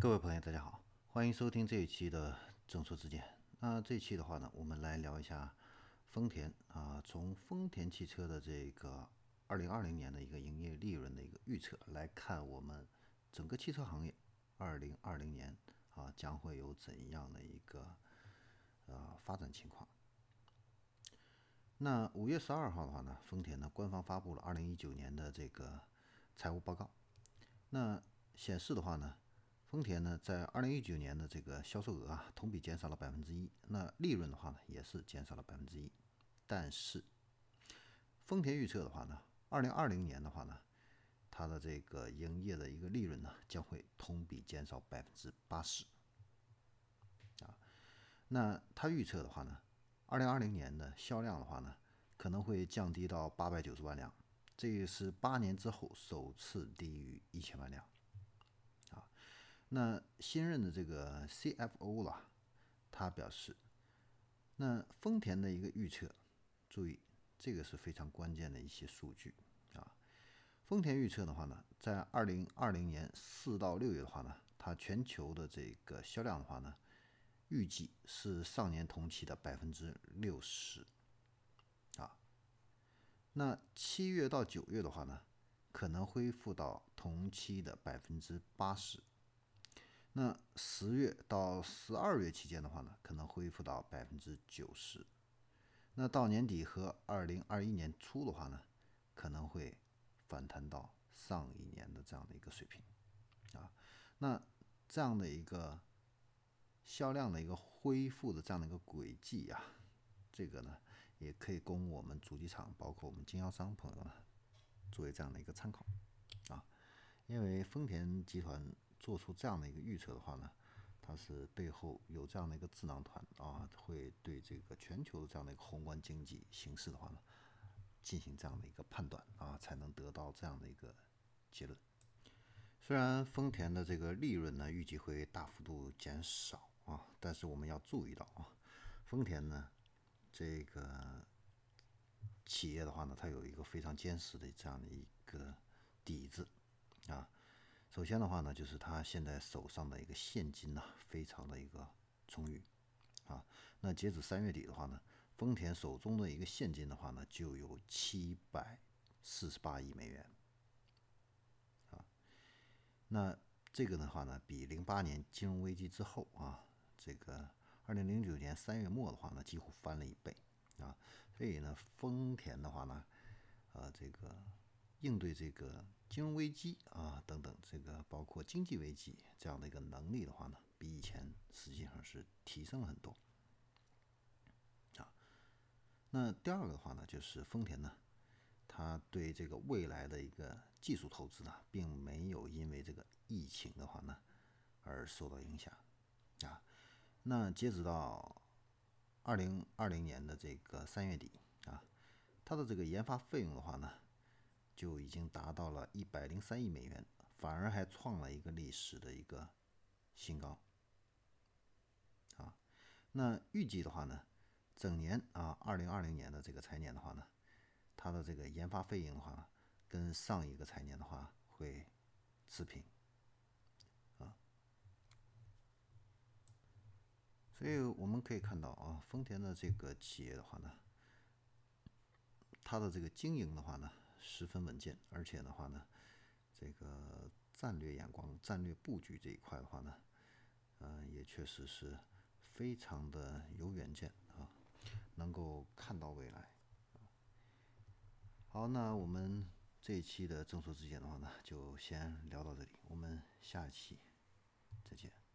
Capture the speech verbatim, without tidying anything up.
各位朋友，大家好，欢迎收听这一期的正说之见。那这一期的话呢，我们来聊一下丰田啊，从丰田汽车的这个二零二零年的一个营业利润的一个预测来看，我们整个汽车行业二零二零年啊将会有怎样的一个呃发展情况。那五月十二号的话呢，丰田呢官方发布了二零一九年的这个财务报告。那显示的话呢，丰田呢在二零一九年的这个销售额啊，同比减少了百分之一，那利润的话呢也是减少了百分之一。但是丰田预测的话呢，二零二零年的话呢，它的这个营业的一个利润呢将会同比减少百分之八十啊。那它预测的话呢，二零二零年的销量的话呢，可能会降低到八百九十万辆，这也是八年之后首次低于一千万辆啊。那新任的这个 C F O 啦，他表示，那丰田的一个预测，注意这个是非常关键的一些数据啊。丰田预测的话呢，在二零二零年四到六月的话呢，它全球的这个销量的话呢，预计是上年同期的百分之六十啊。那七月到九月的话呢，可能恢复到同期的百分之八十。那十月到十二月期间的话呢，可能恢复到百分之九十。那到年底和二零二一年初的话呢，可能会反弹到上一年的这样的一个水平啊。那这样的一个销量的一个恢复的这样的一个轨迹呀、啊，这个呢也可以供我们主机厂，包括我们经销商朋友呢，作为这样的一个参考啊。因为丰田集团做出这样的一个预测的话呢，它是背后有这样的一个智囊团啊，会对这个全球的这样的一个宏观经济形势的话呢，进行这样的一个判断啊，才能得到这样的一个结论。虽然丰田的这个利润呢预计会大幅度减少啊，但是我们要注意到啊，丰田呢这个企业的话呢，它有一个非常坚实的这样的一个底子啊。首先的话呢，就是他现在手上的一个现金呢、啊，非常的一个充裕啊。那截止三月底的话呢，丰田手中的一个现金的话呢，就有七百四十八亿美元啊。那这个的话呢，比零八年金融危机之后啊，这个二零零九年三月末的话呢，几乎翻了一倍啊。所以呢，丰田的话呢，呃，这个应对这个金融危机啊等等，这个包括经济危机这样的一个能力的话呢，比以前实际上是提升了很多啊。那第二个的话呢，就是丰田呢，它对这个未来的一个技术投资呢，并没有因为这个疫情的话呢而受到影响啊。那截止到二零二零年的这个三月底啊，它的这个研发费用的话呢，就已经达到了一百零三亿美元，反而还创了一个历史的一个新高啊。那预计的话呢，整年啊，二零二零年的这个财年的话呢，它的这个研发费用的话，跟上一个财年的话会持平啊。所以我们可以看到啊，丰田的这个企业的话呢，它的这个经营的话呢，十分稳健，而且的话呢，这个战略眼光、战略布局这一块的话呢，呃，也确实是非常的有远见啊，能够看到未来。好，那我们这一期的正说之见的话呢，就先聊到这里，我们下一期再见。